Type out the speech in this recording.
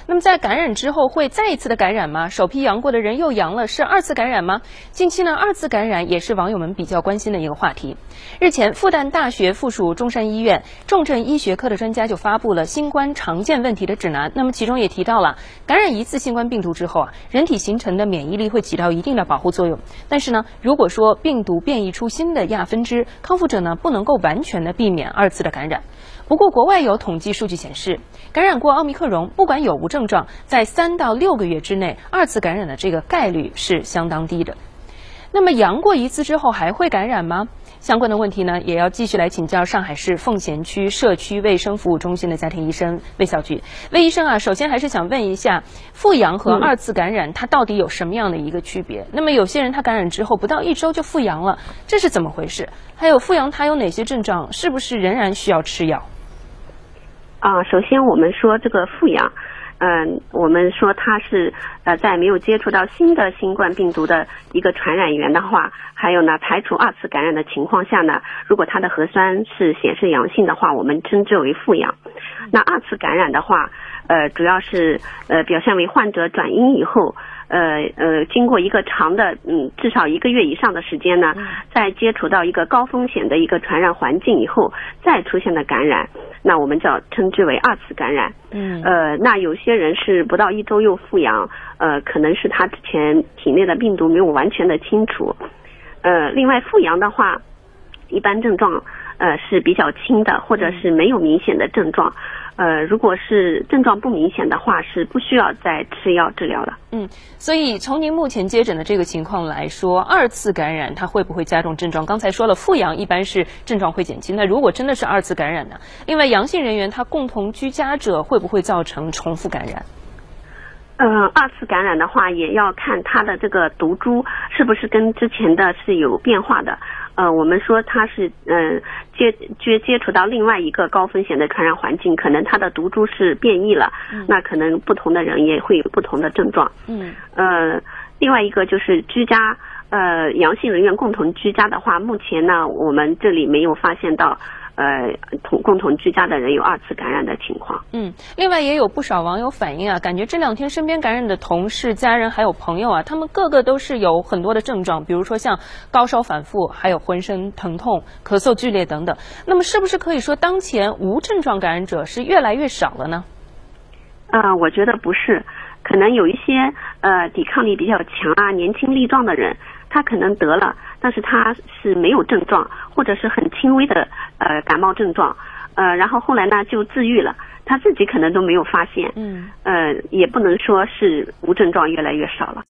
那么在感染之后会再一次的感染吗？首批阳过的人又阳了，是二次感染吗？近期呢，二次感染也是网友们比较关心的一个话题。日前，复旦大学附属中山医院重症医学科的专家就发布了新冠常见问题的指南。那么其中也提到了，感染一次新冠病毒之后人体形成的免疫力会起到一定的保护作用。但是呢，如果说病毒变异出新的亚分支，康复者呢不能够完全的避免二次的感染。不过，国外有统计数据显示，感染过奥密克戎，不管有无症状，在3到6个月之内，二次感染的这个概率是相当低的。那么，阳过一次之后还会感染吗？相关的问题呢，也要继续来请教上海市奉贤区社区卫生服务中心的家庭医生魏小菊。魏医生啊，首先还是想问一下，复阳和二次感染它到底有什么样的一个区别？那么有些人他感染之后不到1周就复阳了，这是怎么回事？还有复阳它有哪些症状？是不是仍然需要吃药？ 首先我们说这个复阳，我们说它是在没有接触到新的新冠病毒的一个传染源的话，还有呢排除二次感染的情况下呢，如果它的核酸是显示阳性的话，我们称之为复阳。那二次感染的话，主要是表现为患者转阴以后，经过一个长的至少1个月以上的时间呢，在接触到一个高风险的一个传染环境以后，再出现的感染，那我们称之为二次感染。那有些人是不到1周又复阳，可能是他之前体内的病毒没有完全的清除。另外复阳的话，一般症状是比较轻的，或者是没有明显的症状。如果是症状不明显的话，是不需要再吃药治疗的。 所以从您目前接诊的这个情况来说，二次感染它会不会加重症状？刚才说了，复阳一般是症状会减轻，那如果真的是二次感染呢？另外，阳性人员他共同居家者会不会造成重复感染？ 二次感染的话，也要看它的这个毒株是不是跟之前的是有变化的。我们说它是接触到另外一个高风险的传染环境，可能它的毒株是变异了，那可能不同的人也会有不同的症状。另外一个就是居家，阳性人员共同居家的话，目前呢我们这里没有发现到共同居家的人有二次感染的情况。 另外也有不少网友反映啊，感觉这2天身边感染的同事、家人还有朋友啊，他们个个都是有很多的症状，比如说像高烧反复，还有浑身疼痛、咳嗽剧烈等等。那么是不是可以说当前无症状感染者是越来越少了呢？ 我觉得不是，可能有一些抵抗力比较强啊、年轻力壮的人，他可能得了，但是他是没有症状，或者是很轻微的感冒症状，然后后来呢就自愈了，他自己可能都没有发现。也不能说是无症状越来越少了。